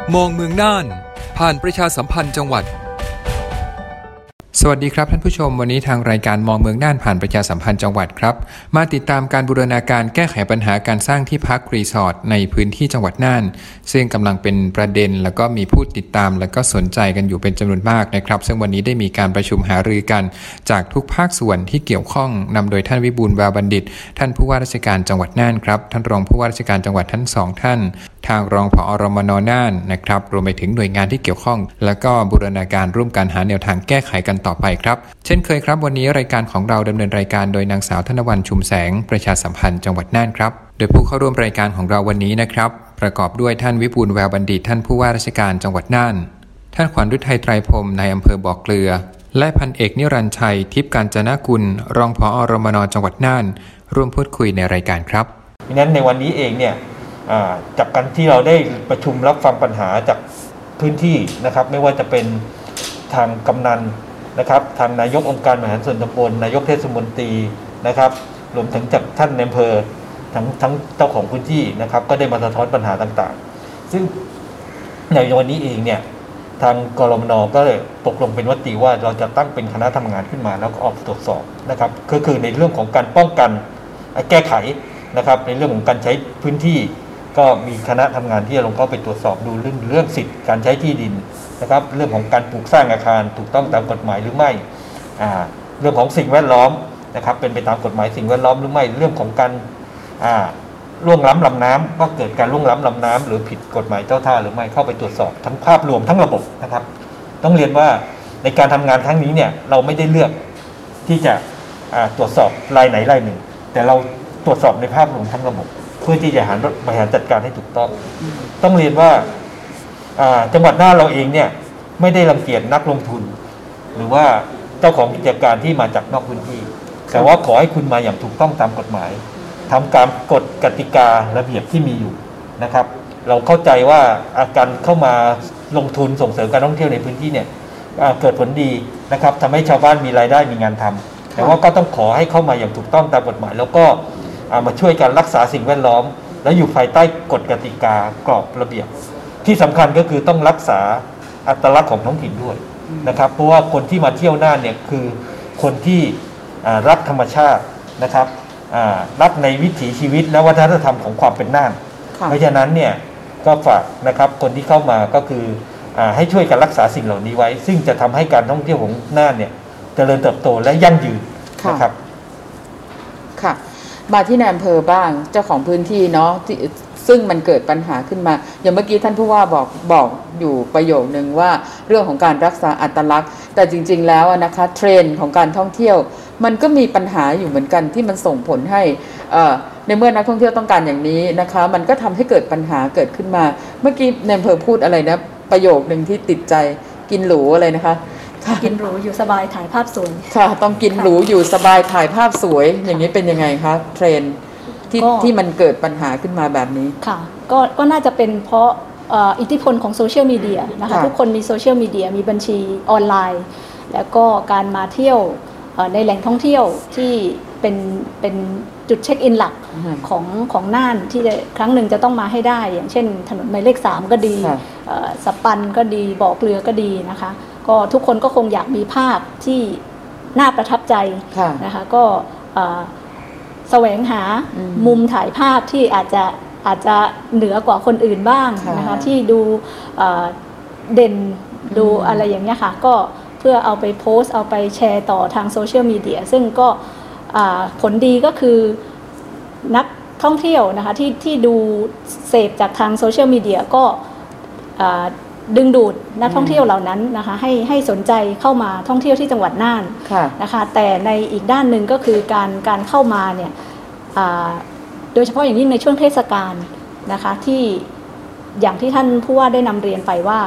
มองเมืองน่านผ่านประชาสัมพันธ์จังหวัดสวัสดีครับท่านผู้ชมวันนี้ทางรายการมองเมืองน่านผ่านประชาสัมพันธ์จังหวัดครับมาติดตามการบูรณาการแก้ไขปัญหาการสร้างที่พักรีสอร์ทในพื้นที่จังหวัดน่านซึ่งกำลังเป็นประเด็นแล้วก็มีผู้ติดตามและก็สนใจกันอยู่เป็นจำนวนมากนะครับซึ่งวันนี้ได้มีการประชุมหารือกันจากทุกภาคส่วนที่เกี่ยวข้องนำโดยท่านวิบูลย์ แววบัณฑิตท่านผู้ว่าราชการจังหวัดน่านครับท่านรองผู้ว่าราชการจังหวัดทั้งสองท่านทางรองผอ.รมน.น่านนะครับรวมไปถึงหน่วยงานที่เกี่ยวข้องแล้วก็บูรณาการร่วมกันหาแนวทางแก้ไขกันต่อไปครับเช่นเคยครับวันนี้รายการของเราดำเนินรายการโดยนางสาวธนวรรณชุมแสงประชาสัมพันธ์จังหวัดน่านครับโดยผู้เข้าร่วมรายการของเราวันนี้นะครับประกอบด้วยท่านวิบูลย์ แววบัณฑิตท่านผู้ว่าราชการจังหวัดน่านท่านขวัญฤทัยไตรพรหมนายอำเภอบ่อเกลือและพันเอกนิรันดร์ชัยทิพย์กาญจนกุลรองผอ.รมน.จังหวัดน่านร่วมพูดคุยในรายการครับดังนั้นในวันนี้เองเนี่ยจากการที่เราได้ประชุมรับฟังปัญหาจากพื้นที่นะครับไม่ว่าจะเป็นทางกำนันนะครับทางนายกองค์การบริหารส่วนตำบลนายกเทศมนตรีนะครับรวมถึงจากท่านในอำเภอทั้งเจ้าของพื้นที่นะครับก็ได้มาสะท้อนปัญหาต่างๆซึ่งในวันนี้เองเนี่ยทางกรมน.ก็เลยตกลงเป็นวติว่าเราจะตั้งเป็นคณะทำงานขึ้นมาแล้วก็ออกตรวจสอบนะครับก็คือในเรื่องของการป้องกันแก้ไขนะครับในเรื่องของการใช้พื้นที่ก็มีคณะทำงานที่จะลงเข้าไปตรวจสอบดูเรื่องสิทธิการใช้ที่ดินนะครับเรื่องของการปลูกสร้างอาคารถูกต้องตามกฎหมายหรือไม่เรื่องของสิ่งแวดล้อมนะครับเป็นไปตามกฎหมายสิ่งแวดล้อมหรือไม่เรื่องของการล่วงล้ำลำน้ำว่าเกิดการล่วงล้ำลำน้ำหรือผิดกฎหมายเจ้าท่าหรือไม่เข้าไปตรวจสอบทั้งภาพรวมทั้งระบบนะครับต้องเรียนว่าในการทำงานครั้งนี้เนี่ยเราไม่ได้เลือกที่จะตรวจสอบรายไหนรายหนึ่งแต่เราตรวจสอบในภาพรวมทั้งระบบเพื่อที่จะบริหารจัดการให้ถูกต้องเรียนว่าจังหวัดน่านเราเองเนี่ยไม่ได้รังเกียจนักลงทุนหรือว่าเจ้าของกิจการที่มาจากนอกพื้นที่แต่ว่าขอให้คุณมาอย่างถูกต้องตามกฎหมายทำตามกฎกติการะเบียบที่มีอยู่นะครับเราเข้าใจว่าการเข้ามาลงทุนส่งเสริมการท่องเที่ยวในพื้นที่เนี่ยเกิดผลดีนะครับทำให้ชาวบ้านมีรายได้มีงานทำแต่ว่าก็ต้องขอให้เข้ามาอย่างถูกต้องตามกฎหมายแล้วก็มาช่วยกันรักษาสิ่งแวดล้อมและอยู่ภายใต้กฎกติกากรอบระเบียบที่สำคัญก็คือต้องรักษาอัตลักษณ์ของท้องถิ่นด้วยนะครับเพราะว่าคนที่มาเที่ยวน่านเนี่ยคือคนที่รักธรรมชาตินะครับรักในวิถีชีวิตและวัฒนธรรมของความเป็นน่านเพราะฉะนั้นเนี่ยก็ฝากนะครับคนที่เข้ามาก็คือให้ช่วยกันรักษาสิ่งเหล่านี้ไว้ซึ่งจะทำให้การท่องเที่ยวของน่านเนี่ยเจริญเติบโตและยั่งยืนนะครับค่ะมาที่ในอำเภอบ้างเจ้าของพื้นที่เนาะซึ่งมันเกิดปัญหาขึ้นมาอย่างเมื่อกี้ท่านผู้ว่าบอกอยู่ประโยคนึงว่าเรื่องของการรักษาอัตลักษณ์แต่จริงๆแล้วนะคะเทรนด์ของการท่องเที่ยวมันก็มีปัญหาอยู่เหมือนกันที่มันส่งผลให้ในเมื่อนักท่องเที่ยวต้องการอย่างนี้นะคะมันก็ทำให้เกิดปัญหาเกิดขึ้นมาเมื่อกี้ในอำเภอพูดอะไรนะประโยคนึงที่ติดใจกินหรูอะไรนะคะกินหรูอยู่สบายถ่ายภาพสวยค่ะต้องกินหรูอยู่สบายถ่ายภาพสวยอย่างนี้เป็นยังไงคะเทรนด์ที่มันเกิดปัญหาขึ้นมาแบบนี้ค่ะก็น่าจะเป็นเพราะอิทธิพลของโซเชียลมีเดียนะคะทุกคนมีโซเชียลมีเดียมีบัญชีออนไลน์แล้วก็การมาเที่ยวในแหล่งท่องเที่ยวที่เป็นจุดเช็คอินหลักของน่านที่ครั้งหนึ่งจะต้องมาให้ได้อย่างเช่นถนนหมายเลข3ก็ดีสปันก็ดีบ่อเกลือก็ดีนะคะก็ทุกคนก็คงอยากมีภาพที่น่าประทับใจนะคะก็แสวงหามุมถ่ายภาพที่อาจจะเหนือกว่าคนอื่นบ้างนะคะที่ดูเด่นดูอะไรอย่างเงี้ยค่ะก็เพื่อเอาไปโพสต์เอาไปแชร์ต่อทางโซเชียลมีเดียซึ่งก็ผลดีก็คือนักท่องเที่ยวนะคะที่ดูเสพจากทางโซเชียลมีเดียก็ดึงดูดนักท่องเที่ยวเหล่านั้นนะคะให้สนใจเข้ามาท่องเที่ยวที่จังหวัดน่านนะคะแต่ในอีกด้านหนึ่งก็คือการเข้ามาเนี่ยโดยเฉพาะอย่างยิ่งในช่วงเทศกาลนะคะที่อย่างที่ท่านผู้ว่าได้นำเรียนไปว่า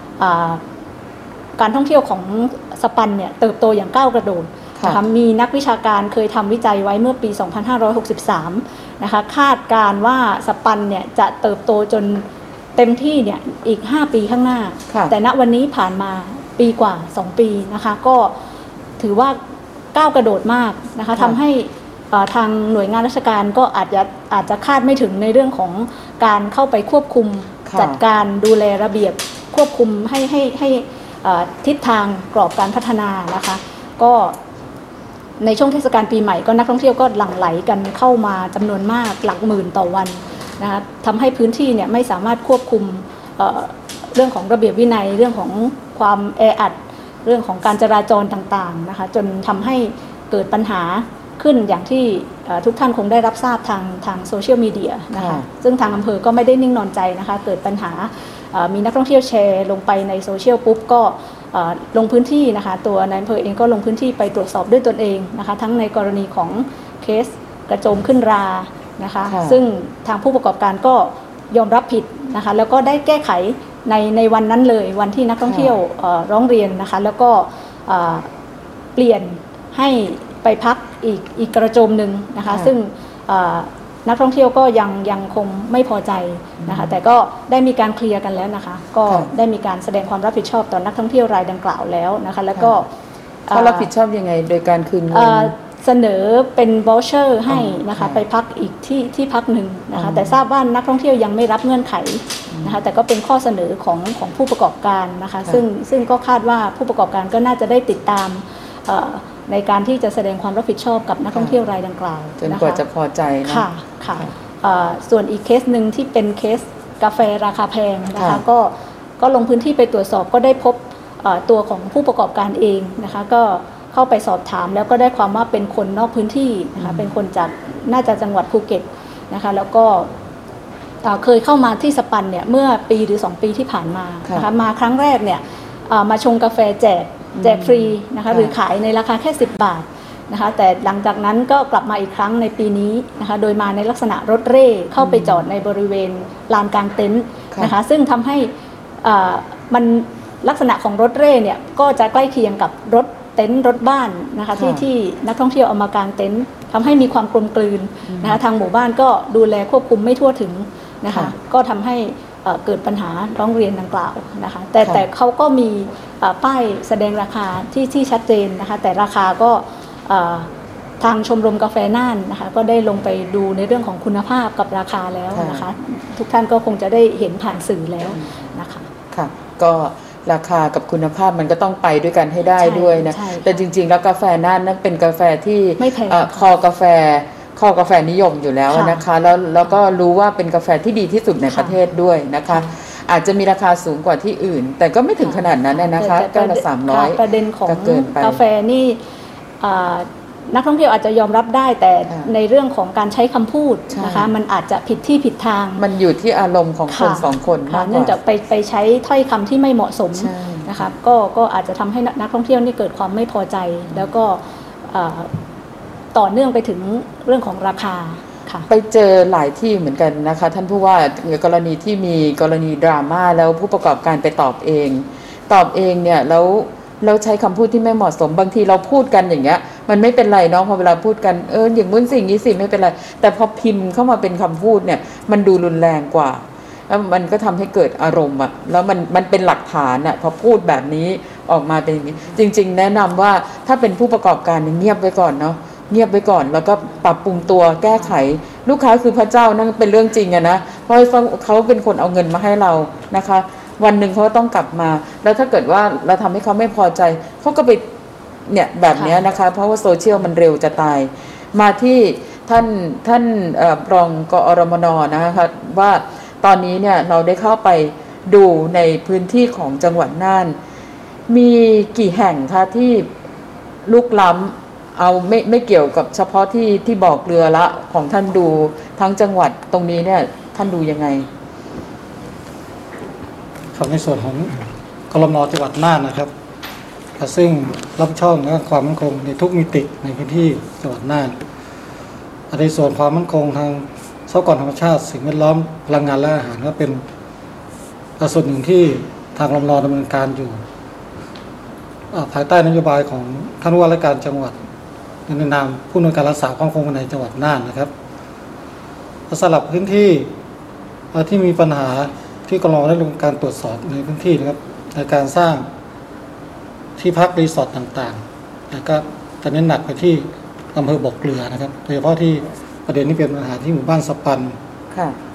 การท่องเที่ยวของสปันเนี่ยเติบโตอย่างก้าวกระโดดนะคะมีนักวิชาการเคยทำวิจัยไว้เมื่อปี 2563 นะคะคาดการว่าสปันเนี่ยจะเติบโตจนเต็มที่เนี่ยอีก5ปีข้างหน้าแต่ณวันนี้ผ่านมาปีกว่า2ปีนะคะก็ถือว่าก้าวกระโดดมากนะคะทำให้ทางหน่วยงานราชการก็อาจจะคาดไม่ถึงในเรื่องของการเข้าไปควบคุมจัดการดูแลระเบียบควบคุมให้ทิศทางกรอบการพัฒนานะคะก็ในช่วงเทศกาลปีใหม่ก็นักท่องเที่ยวก็หลั่งไหลกันเข้ามาจำนวนมากหลักหมื่นต่อวันนะคะทำให้พื้นที่เนี่ยไม่สามารถควบคุมเรื่องของระเบียบวินัยเรื่องของความแออัดเรื่องของการจราจรต่างๆนะคะจนทำให้เกิดปัญหาขึ้นอย่างที่ทุกท่านคงได้รับทราบทางโซเชียลมีเดียนะคะซึ่งทางอำเภอก็ไม่ได้นิ่งนอนใจนะคะเกิดปัญหามีนักท่องเที่ยวแชร์ลงไปในโซเชียลปุ๊บก็ลงพื้นที่นะคะตัวนายอำเภอเองก็ลงพื้นที่ไปตรวจสอบด้วยตนเองนะคะทั้งในกรณีของเคสกระโจมขึ้นรานะคะซึ่งทางผู้ประกอบการก็ยอมรับผิดนะคะแล้วก็ได้แก้ไขในวันนั้นเลยวันที่นักท่องเที่ยวร้องเรียนนะคะแล้วก็เปลี่ยนให้ไปพักอีกกระโจมหนึ่งนะคะซึ่งนักท่องเที่ยวก็ยังคงไม่พอใจนะคะแต่ก็ได้มีการเคลียร์กันแล้วนะคะก็ได้มีการแสดงความรับผิดชอบต่อนักท่องเที่ยวรายดังกล่าวแล้วนะคะแล้วก็เขารับผิดชอบยังไงโดยการคืนเงินเสนอเป็นวอลเชอร์ให้นะคะไปพักอีกที่พักหนึ่งนะคะแต่ทราบว่านักท่องเที่ยวยังไม่รับเงื่อนไขนะคะแต่ก็เป็นข้อเสนอของผู้ประกอบการนะคะซึ่งก็คาดว่าผู้ประกอบการก็น่าจะได้ติดตามในการที่จะแสดงความรับผิดชอบกับนักท่องเที่ยวรายดังกล่าวจนกว่าจะพอใจนะค่ะส่วนอีกเคสหนึ่งที่เป็นเคสกาแฟราคาแพงนะคะก็ลงพื้นที่ไปตรวจสอบก็ได้พบตัวของผู้ประกอบการเองนะคะก็เข้าไปสอบถามแล้วก็ได้ความว่าเป็นคนนอกพื้นที่นะคะเป็นคนจากน่าจะจังหวัดภูเก็ตนะคะแล้วก็เคยเข้ามาที่สปันเนี่ยเมื่อปีหรือ2ปีที่ผ่านมานะคะมาครั้งแรกเนี่ยมาชงกาแฟแจกฟรีนะคะหรือขายในราคาแค่10 บาทนะคะแต่หลังจากนั้นก็กลับมาอีกครั้งในปีนี้นะคะโดยมาในลักษณะรถเร่เข้าไปจอดในบริเวณลานกลางเต็นท์นะคะซึ่งทำให้มันลักษณะของรถเร่เนี่ยก็จะใกล้เคียงกับรถเต็นท์รถบ้านนะคะที่นักท่องเที่ยวเอามากางเต็นท์ทำให้มีความกลมกลืนนะคะทางหมู่บ้านก็ดูแลควบคุมไม่ทั่วถึงนะคะก็ทำให้เกิดปัญหาร้องเรียนดังกล่าวนะคะแต่เขาก็มีป้ายแสดงราคาที่ชัดเจนนะคะแต่ราคาก็ทางชมรมกาแฟน่านนะคะก็ได้ลงไปดูในเรื่องของคุณภาพกับราคาแล้วนะคะทุกท่านก็คงจะได้เห็นผ่านสื่อแล้วนะคะค่ะก็ราคากับคุณภาพมันก็ต้องไปด้วยกันให้ได้ด้วยนะแต่จริงๆแล้วกาแฟน่านนั้นเป็นกาแฟที่คอกาแฟนิยมอยู่แล้วนะคะแล้วก็รู้ว่าเป็นกาแฟที่ดีที่สุดในประเทศด้วยนะคะอาจจะมีราคาสูงกว่าที่อื่นแต่ก็ไม่ถึงขนาดนั้นนะคะแก้วละ300 ประเด็นของกาแฟนี่นักท่องเที่ยวอาจจะยอมรับได้แต่ในเรื่องของการใช้คำพูดนะคะมันอาจจะผิดที่ผิดทางมันอยู่ที่อารมณ์ของคน2 คนมากกว่าเนื่องจากไปใช้ถ้อยคำที่ไม่เหมาะสมนะคะก็อาจจะทำให้นักท่องเที่ยวนี่เกิดความไม่พอใจแล้วก็ต่อเนื่องไปถึงเรื่องของราคาไปเจอหลายที่เหมือนกันนะคะท่านผู้ว่ากรณีที่มีกรณีดราม่าแล้วผู้ประกอบการไปตอบเองเนี่ยแล้วใช้คำพูดที่ไม่เหมาะสมบางทีเราพูดกันอย่างเงี้ยมันไม่เป็นไรเนาะพอเวลาพูดกันอย่างนู้นสิ่งนี้สิไม่เป็นไรแต่พอพิมพ์เข้ามาเป็นคำพูดเนี่ยมันดูรุนแรงกว่าแล้วมันก็ทำให้เกิดอารมณ์อ่ะแล้วมันเป็นหลักฐานอ่ะพอพูดแบบนี้ออกมาเป็นอย่างนี้จริงๆแนะนำว่าถ้าเป็นผู้ประกอบการเงียบไว้ก่อนเนาะเงียบไว้ก่อนแล้วก็ปรับปรุงตัวแก้ไขลูกค้าคือพระเจ้านั่นเป็นเรื่องจริงอะนะเพราะเขาเป็นคนเอาเงินมาให้เรานะคะวันหนึ่งเขาต้องกลับมาแล้วถ้าเกิดว่าเราทำให้เขาไม่พอใจเขาก็ไปเนี่ยแบบนี้นะคะเพราะว่าโซเชียลมันเร็วจะตายมาที่ท่านรองกอรมน.นะคะว่าตอนนี้เนี่ยเราได้เข้าไปดูในพื้นที่ของจังหวัดน่านมีกี่แห่งคะที่ลุกล้ำเอาไม่เกี่ยวกับเฉพาะที่บอกเรือละของท่านดูทั้งจังหวัดตรงนี้เนี่ยท่านดูยังไงครับในส่วนของกรม.จังหวัดน่านนะครับซึ่งรับผิดชอบเรื่องความมั่นคงในทุกมิติในพื้นที่จังหวัดน่านในส่วนความมั่นคงทางทรัพยากรธรรมชาติสิ่งแวดล้อมพลังงานและอาหารก็เป็นส่วนหนึ่งที่ทางกรม.ดำเนินการอยู่ภายใต้นโยบายของท่านผู้ว่าราชการจังหวัดในนามผู้อำนวยการรักษาความมั่นคงในจังหวัดน่านนะครับสำหรับพื้นที่ที่มีปัญหาที่กรม.ได้ลงการตรวจสอบในพื้นที่นะครับในการสร้างที่พักรีสอร์ทต่างๆแล้วก็จะเน้นหนักไปที่อำเภอบ่อเกลือนะครับโดยเฉพาะที่ประเด็นนี้เป็นปัญหาที่หมู่บ้านสปัน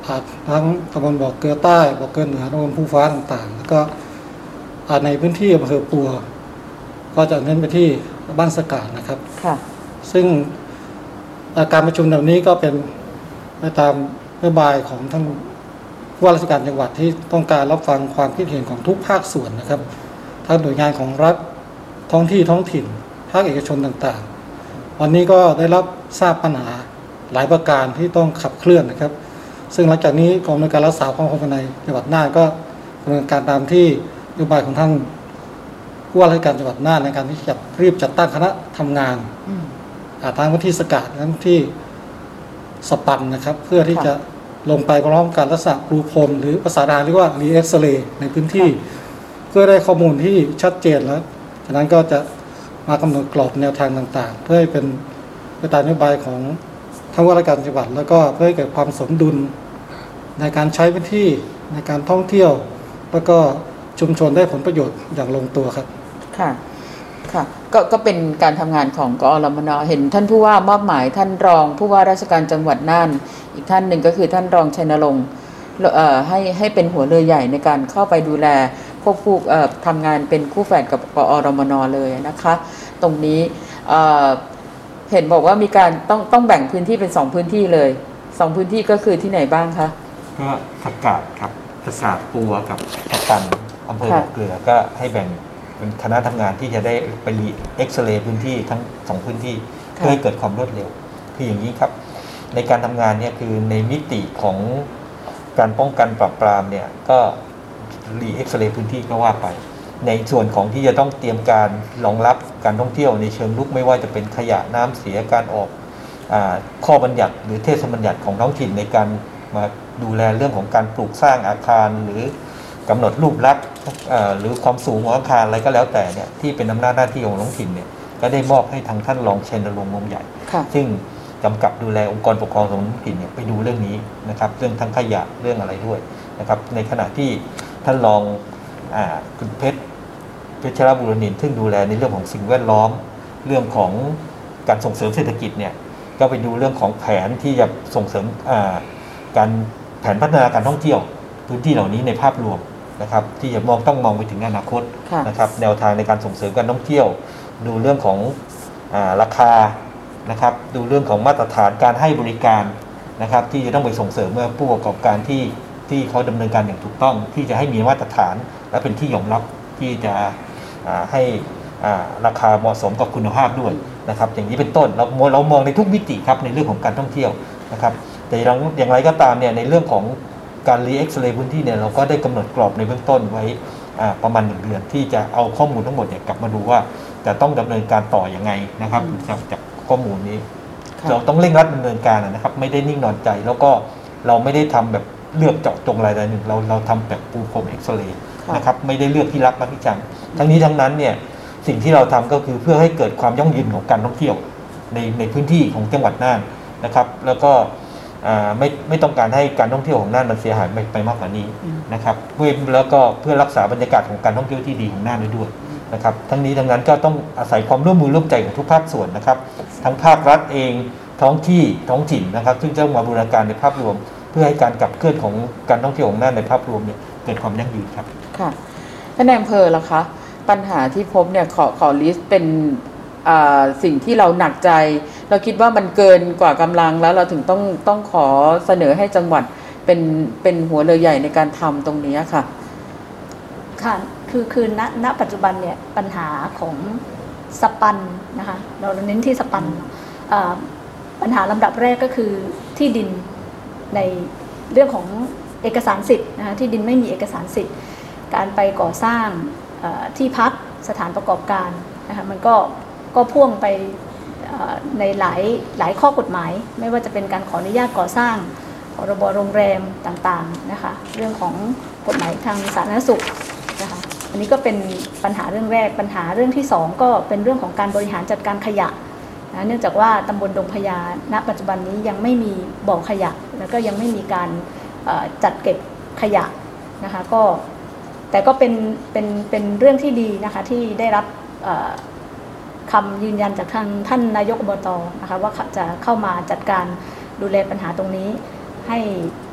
ทั้งตำบลบ่อเกลือใต้บ่อเกลือเหนือตำบลภูฟ้าต่างๆแล้วก็ในพื้นที่อำเภอปัวก็จะเน้นไปที่บ้านสกาดนะครับซึ่งการประชุมแบบนี้ก็เป็นไปตามนโยบายของท่านผู้ว่าราชการจังหวัดที่ต้องการรับฟังความคิดเห็นของทุกภาคส่วนนะครับทั้งหน่วยงานของรัฐท้องถิ่นภาคเอกชนต่างๆวันนี้ก็ได้รับทราบปัญหาหลายประการที่ต้องขับเคลื่อนนะครับซึ่งหลังจากนี้กองอำนวยการรักษาความมั่นคงภายในจังหวัดน่านก็ดำเนินการตามที่นโยบายของท่านผู้ว่าราชการจังหวัดน่านในการที่จะรีบจัดตั้งคณะทำงานทางพื้นที่สกัดทั้งที่สปันนะครับเพื่อที่จะลงไปพร้อมการรักษาปรูพรมหรือภาษาดาเรียกว่ารีเอ็กซเรย์ในพื้นที่เพื่อได้ข้อมูลที่ชัดเจนแล้วจากนั้นก็จะมากำหนดกรอบแนวทางต่างๆเพื่อให้เป็นไปตามนโยบายของท่านผู้ว่าราชการจังหวัดแล้วก็เพื่อให้เกิดความสมดุลในการใช้พื้นที่ในการท่องเที่ยวแล้วก็ชุมชนได้ผลประโยชน์อย่างลงตัวครับค่ะก็เป็นการทำงานของกอรมน.เห็นท่านผู้ว่ามอบหมายท่านรองผู้ว่าราชการจังหวัดน่านอีกท่านหนึ่งก็คือท่านรองชัยนรงค์ให้เป็นหัวเรือใหญ่ในการเข้าไปดูแลควบคู่ทำงานเป็นคู่แฝดกับกอรมน.เลยนะคะตรงนี้เห็นบอกว่ามีการต้องแบ่งพื้นที่เป็น2พื้นที่เลย2พื้นที่ก็คือที่ไหนบ้างคะก็สกัดครับสกัดปัวกับสปันอำเภอบ่อเกลือก็ให้แบ่งเป็นคณะทำงานที่จะได้ไปเอ็กซเรย์พื้นที่ทั้ง2พื้นที่เพื่อให้เกิดความรวดเร็วคืออย่างนี้ครับในการทำงานเนี่ยคือในมิติของการป้องกันปราบปรามเนี่ยก็รีเอ็กซเรย์พื้นที่ก็ว่าไปในส่วนของที่จะต้องเตรียมการรองรับการท่องเที่ยวในเชิงรุกไม่ว่าจะเป็นขยะน้ำเสียการออกข้อบัญญัติหรือเทศบัญญัติของท้องถิ่นในการมาดูแลเรื่องของการปลูกสร้างอาคารหรือกำหนดรูปลักษณ์หรือความสูงของอาคารอะไรก็แล้วแต่เนี่ยที่เป็นอำนาจหน้าที่ของท้องถิ่นเนี่ยก็ได้มอบให้ทางท่านรองชัยนรงค์วงใหญ่ซึ่งกำกับดูแลองค์กรปกครองส่วนท้องถิ่นเนี่ยไปดูเรื่องนี้นะครับเรื่องทั้งขยะเรื่องอะไรด้วยนะครับในขณะที่ท่านรองคุณเพชรบุรณินทร์ซึ่งดูแลในเรื่องของสิ่งแวดล้อมเรื่องของการส่งเสริมเศรษฐกิจเนี่ยก็ไปดูเรื่องของแผนที่จะส่งเสริมการแผนพัฒนาการท่องเที่ยวพื้นที่เหล่านี้ในภาพรวมนะครับที่จะต้องมองไปถึงอนาคตนะครับแนวทางในการส่งเสริมการท่องเที่ยวดูเรื่องของราคานะครับดูเรื่องของมาตรฐานการให้บริการนะครับที่จะต้องไปส่งเสริมเมื่อผู้ประกอบการที่เขาดำเนินการอย่างถูกต้องที่จะให้มีมาตรฐานและเป็นที่ยอมรับที่จะให้ราคาเหมาะสมกับคุณภาพด้วยนะครับอย่างนี้เป็นต้นเรามองในทุกมิติครับในเรื่องของการท่องเที่ยวนะครับแต่อย่างไรก็ตามเนี่ยในเรื่องของการรีเอ็กซเรย์พื้นที่เนี่ยเราก็ได้กำหนดกรอบในเบื้องต้นไว้ประมาณ1 เดือนที่จะเอาข้อมูลทั้งหมดเนี่ยกลับมาดูว่าจะต้องดำเนินการต่อยังไงนะครับจากข้อมูลนี้เราต้องเร่งรัดดำเนินการนะครับไม่ได้นิ่งนอนใจแล้วก็เราไม่ได้ทำแบบเลือกเจาะจงรายใดหนึ่งเราทำแบบปูพรมเอ็กซเรย์นะครับไม่ได้เลือกที่รักมักที่ชังทั้งนี้ทั้งนั้นเนี่ยสิ่งที่เราทำก็คือเพื่อให้เกิดความยั่งยืนของการท่องเที่ยวในพื้นที่ของจังหวัดน่านนะครับแล้วก็ไม่ต้องการให้การท่องเที่ยวของน่านมันเสียหายไปมากกว่านี้นะครับแล้วก็เพื่อรักษาบรรยากาศของการท่องเที่ยวที่ดีของน่านด้วยนะครับทั้งนี้ทั้งนั้นก็ต้องอาศัยความร่วมมือร่วมใจของทุกภาคส่วนนะครับทั้งภาครัฐเองท้องถิ่นนะครับซึ่งจะมาบูรณาการในภาพรวมเพื่อให้การขับเคลื่อนของการท่องเที่ยวของน่านในภาพรวมเนี่ยเกิดความยั่งยืนครับค่ะท่านนายอำเภอล่ะคะปัญหาที่พบเนี่ยขอลิสต์เป็นสิ่งที่เราหนักใจเราคิดว่ามันเกินกว่ากำลังแล้วเราถึงต้องขอเสนอให้จังหวัดเป็นหัวเรือใหญ่ในการทำตรงนี้ค่ะค่ะคือณปัจจุบันเนี่ยปัญหาของสปันนะคะเราเน้นที่สปันปัญหาลำดับแรกก็คือที่ดินในเรื่องของเอกสารสิทธิ์นะคะที่ดินไม่มีเอกสารสิทธิ์การไปก่อสร้างที่พักสถานประกอบการนะคะมันก็พ่วงไปในหลายข้อกฎหมายไม่ว่าจะเป็นการขออนุญาตก่อสร้างพรบโรงแรมต่างๆนะคะเรื่องของกฎหมายทางสาธารณสุขนะคะอันนี้ก็เป็นปัญหาเรื่องแรกปัญหาเรื่องที่2ก็เป็นเรื่องของการบริหารจัดการขยะนะเนื่องจากว่าตำบลดงพญาณปัจจุบันนี้ยังไม่มีบ่อขยะแล้วก็ยังไม่มีการจัดเก็บขยะนะคะแต่ก็เป็นเรื่องที่ดีนะคะที่ได้รับคำยืนยันจากทางท่านนายกอบตนะคะว่าจะเข้ามาจัดการดูแลปัญหาตรงนี้ให้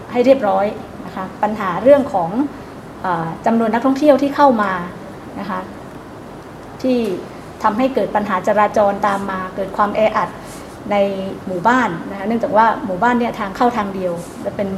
ให้เรียบร้อยนะคะปัญหาเรื่องของจำนวนนักท่องเที่ยวที่เข้ามานะคะที่ทำให้เกิดปัญหาจราจรตามมาเกิดความแออัดในหมู่บ้านนะคะเนื่องจากว่าหมู่บ้านเนี่ยทางเข้าทางเดียวและเป็น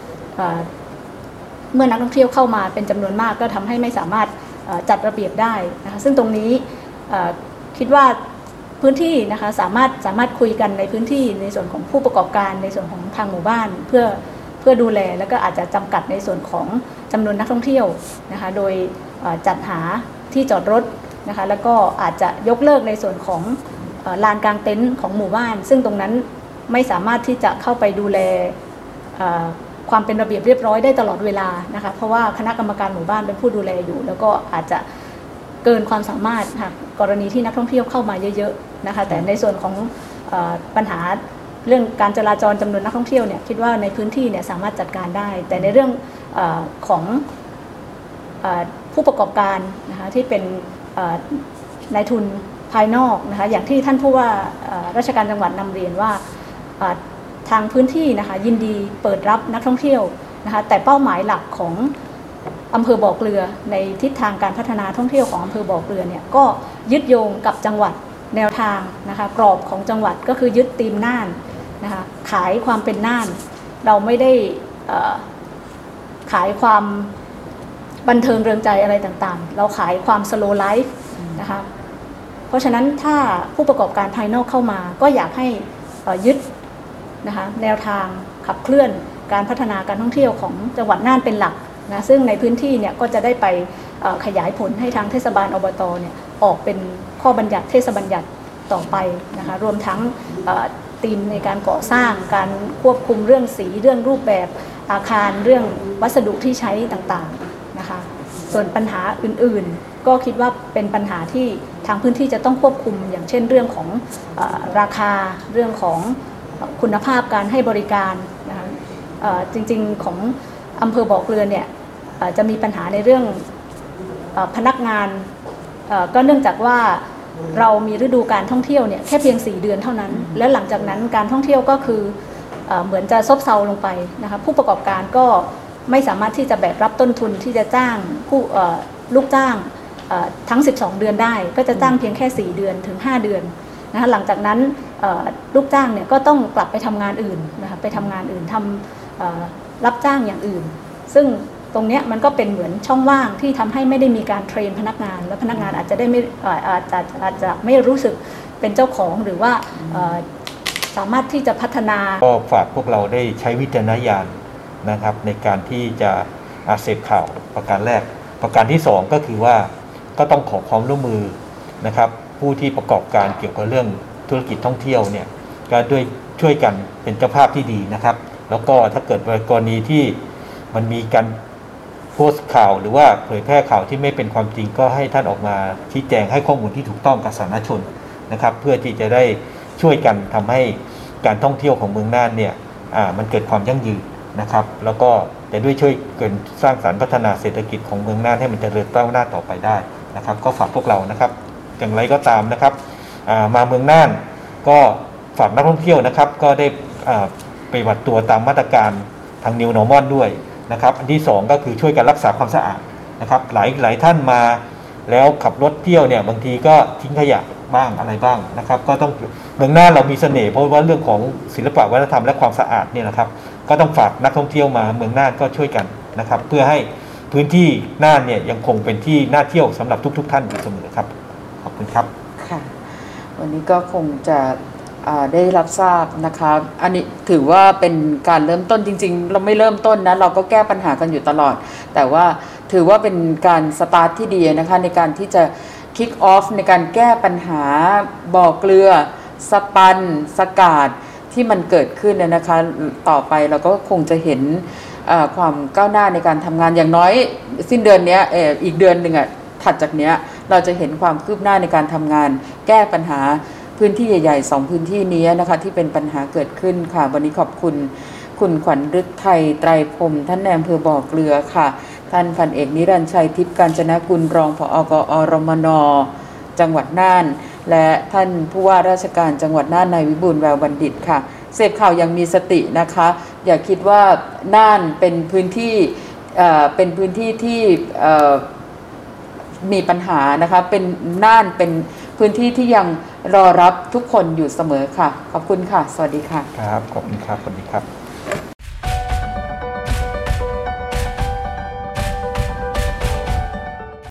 เมื่อนักท่องเที่ยวเข้ามาเป็นจำนวนมากก็ทำให้ไม่สามารถจัดระเบียบได้นะคะซึ่งตรงนี้คิดว่าพื้นที่นะคะสามารถคุยกันในพื้นที่ในส่วนของผู้ประกอบการในส่วนของทางหมู่บ้านเพื่อดูแลแล้วก็อาจจะจำกัดในส่วนของจำนวนนักท่องเที่ยวนะคะโดยจัดหาที่จอดรถนะคะแล้วก็อาจจะยกเลิกในส่วนของลานกลางเต็นท์ของหมู่บ้านซึ่งตรงนั้นไม่สามารถที่จะเข้าไปดูแลความเป็นระเบียบเรียบร้อยได้ตลอดเวลานะคะเพราะว่าคณะกรรมการหมู่บ้านเป็นผู้ดูแลอยู่แล้วก็อาจจะเกินความสามารถหากกรณีที่นักท่องเที่ยวเข้ามาเยอะๆนะคะแต่ในส่วนของปัญหาเรื่องการจราจรจำนวนนักท่องเที่ยวเนี่ยคิดว่าในพื้นที่เนี่ยสามารถจัดการได้แต่ในเรื่องของผู้ประกอบการนะคะที่เป็นนายทุนภายนอกนะคะอย่างที่ท่านผู้ว่าราชการจังหวัดนำเรียนว่าทางพื้นที่นะคะยินดีเปิดรับนักท่องเที่ยวนะคะแต่เป้าหมายหลักของอำเภอบ่อเกลือในทิศทางการพัฒนาท่องเที่ยวของอำเภอบ่อเกลือเนี่ยก็ยึดโยงกับจังหวัดแนวทางนะคะกรอบของจังหวัดก็คือยึดธีมน่านนะคะขายความเป็นน่านเราไม่ได้ขายความบันเทิงเริงใจอะไรต่างๆเราขายความสโลว์ไลฟ์นะคะเพราะฉะนั้นถ้าผู้ประกอบการภายนอกเข้ามาก็อยากให้ยึดนะคะแนวทางขับเคลื่อนการพัฒนาการท่องเที่ยวของจังหวัดน่านเป็นหลักนะซึ่งในพื้นที่เนี่ยก็จะได้ไปขยายผลให้ทางเทศบาลอบตเนี่ยออกเป็นข้อบัญญัติเทศบัญญัติต่อไปนะคะรวมทั้งธีมในการก่อสร้างการควบคุมเรื่องสีเรื่องรูปแบบอาคารเรื่องวัสดุที่ใช้ต่างๆนะคะส่วนปัญหาอื่นๆก็คิดว่าเป็นปัญหาที่ทางพื้นที่จะต้องควบคุมอย่างเช่นเรื่องของราคาเรื่องของคุณภาพการให้บริการนะคะจริงๆของอำเภอบ่อเกลือเนี่ยจะมีปัญหาในเรื่องพนักงานก็เนื่องจากว่าเรามีฤดูการท่องเที่ยวเนี่ยแค่เพียง4 เดือนเท่านั้นและหลังจากนั้นการท่องเที่ยวก็คือเหมือนจะซบเซาลงไปนะคะผู้ประกอบการก็ไม่สามารถที่จะแบกรับต้นทุนที่จะจ้างผู้ลูกจ้างทั้ง12 เดือนได้ก็จะจ้างเพียงแค่4 เดือนถึง5 เดือนนะคะหลังจากนั้นลูกจ้างเนี่ยก็ต้องกลับไปทำงานอื่นนะคะไปทำงานอื่นทำรับจ้างอย่างอื่นซึ่งตรงนี้มันก็เป็นเหมือนช่องว่างที่ทำให้ไม่ได้มีการเทรนพนักงานและพนักงานอาจจะได้ไม่อาจจะไม่รู้สึกเป็นเจ้าของหรือว่าสามารถที่จะพัฒนาก็ฝากพวกเราได้ใช้วิจารณญาณนะครับในการที่จะเสพข่าวประการแรกประการที่2ก็คือว่าก็ต้องขอความร่วมมือนะครับผู้ที่ประกอบการเกี่ยวกับเรื่องธุรกิจท่องเที่ยวเนี่ยก็ด้วยช่วยกันเป็นเจ้าภาพที่ดีนะครับแล้วก็ถ้าเกิดกรณีที่มันมีการโพสต์ข่าวหรือว่าเผยแพร่ข่าวที่ไม่เป็นความจริงก็ให้ท่านออกมาชี้แจงให้ข้อมูลที่ถูกต้องกับสาธารณชนนะครับเพื่อที่จะได้ช่วยกันทำให้การท่องเที่ยวของเมืองน่านเนี่ยมันเกิดความยั่งยืนนะครับแล้วก็จะด้วยช่วยเกิดสร้างสรรค์พัฒนาเศรษฐกิจของเมืองน่านให้มันเจริญก้าวหน้าต่อไปได้นะครับก็ฝากพวกเรานะครับอย่างไรก็ตามนะครับมาเมืองน่านก็ฝากนักท่องเที่ยวนะครับก็ได้ปฏิบัติตัวตามมาตรการทาง New Normal ด้วยนะครับอันที่2ก็คือช่วยกันรักษาความสะอาดนะครับหลายท่านมาแล้วขับรถเที่ยวเนี่ยบางทีก็ทิ้งขยะบ้างอะไรบ้างนะครับก็ต้องเมืองน่านเรามีเสน่ห์เพราะว่าเรื่องของศิลปะวัฒนธรรมและความสะอาดเนี่ยนะครับก็ต้องฝากนักท่องเที่ยวมาเมืองน่านก็ช่วยกันนะครับเพื่อให้พื้นที่น่านเนี่ยยังคงเป็นที่น่าเที่ยวสำหรับทุกท่านอยู่เสมอครับขอบคุณครับค่ะวันนี้ก็คงจะได้รับทราบนะคะอันนี้ถือว่าเป็นการเริ่มต้นจริงๆเราไม่เริ่มต้นนะเราก็แก้ปัญหากันอยู่ตลอดแต่ว่าถือว่าเป็นการสตาร์ทที่ดีนะคะในการที่จะคิกออฟในการแก้ปัญหาบ่อเกลือสปันสกาดที่มันเกิดขึ้นนะคะต่อไปเราก็คงจะเห็นความก้าวหน้าในการทำงานอย่างน้อยสิ้นเดือนนี้อีกเดือนหนึ่งถัดจากนี้เราจะเห็นความคืบหน้าในการทำงานแก้ปัญหาพื้นที่ใหญ่ๆ2พื้นที่นี้นะคะที่เป็นปัญหาเกิดขึ้นค่ะวันนี้ขอบคุณคุณขวัญฤทัยไตรพรหมท่านนายอำเภอบ่อเกลือค่ะท่านพันเอกนิรันดร์ชัยทิพย์กาญจนกุลรองผอ.กอรมน.จังหวัดน่านและท่านผู้ว่าราชการจังหวัดน่านนายวิบูลย์แววบัณฑิตค่ะเสพข่าวอย่างมีสตินะคะอย่าคิดว่าน่านเป็นพื้นที่ที่มีปัญหานะคะเป็นน่านเป็นพื้นที่ที่ยังรอรับทุกคนอยู่เสมอค่ะขอบคุณค่ะสวัสดีค่ะครับขอบคุณครับสวัสดีครับ